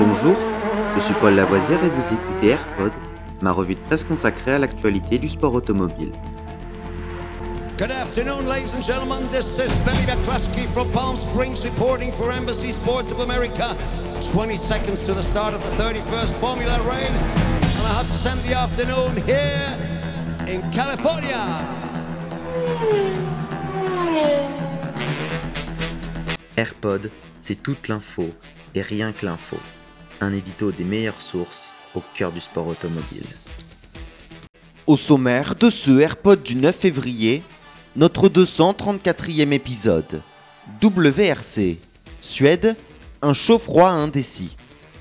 Bonjour, je suis Paul Lavoisière et vous écoutez AirPod, ma revue de presse consacrée à l'actualité du sport automobile. Good afternoon, ladies and gentlemen. This is Billy McCluskey from Palm Springs reporting for Embassy Sports of America. 20 seconds to the start of the 31st Formula race. And I have to spend the afternoon here in California. AirPod, c'est toute l'info et rien que l'info. Un édito des meilleures sources au cœur du sport automobile. Au sommaire de ce AirPod du 9 février, notre 234e épisode. WRC. Suède, un chaud-froid indécis.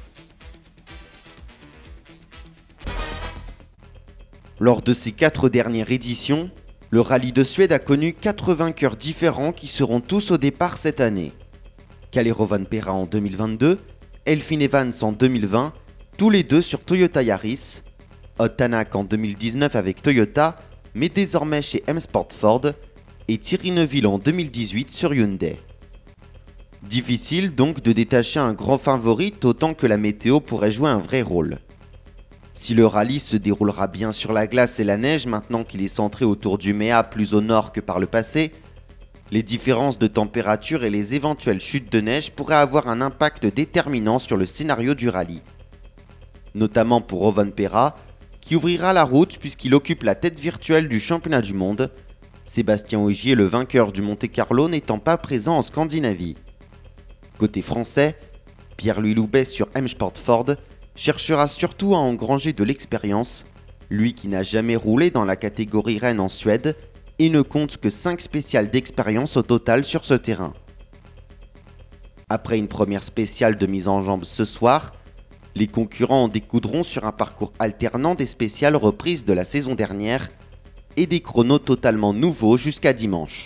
Lors de ces 4 dernières éditions, le rallye de Suède a connu 4 vainqueurs différents qui seront tous au départ cette année. Kalle Rovanperä en 2022, Elfyn Evans en 2020, tous les deux sur Toyota Yaris, Odd Tanak en 2019 avec Toyota, mais désormais chez M-Sport Ford, et Thierry Neuville en 2018 sur Hyundai. Difficile donc de détacher un grand favori, autant que la météo pourrait jouer un vrai rôle. Si le rallye se déroulera bien sur la glace et la neige maintenant qu'il est centré autour du Mea plus au nord que par le passé, les différences de température et les éventuelles chutes de neige pourraient avoir un impact déterminant sur le scénario du rallye. Notamment pour Rovanperä, qui ouvrira la route puisqu'il occupe la tête virtuelle du championnat du monde, Sébastien Ogier, le vainqueur du Monte-Carlo, n'étant pas présent en Scandinavie. Côté français, Pierre-Louis Loubet sur M-Sport Ford cherchera surtout à engranger de l'expérience, lui qui n'a jamais roulé dans la catégorie reine en Suède et ne compte que 5 spéciales d'expérience au total sur ce terrain. Après une première spéciale de mise en jambe ce soir, les concurrents en découdront sur un parcours alternant des spéciales reprises de la saison dernière et des chronos totalement nouveaux jusqu'à dimanche.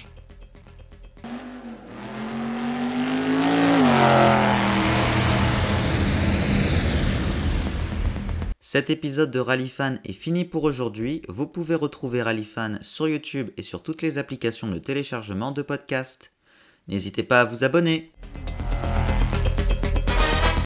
Cet épisode de Rallyfan est fini pour aujourd'hui. Vous pouvez retrouver Rallyfan sur YouTube et sur toutes les applications de téléchargement de podcasts. N'hésitez pas à vous abonner.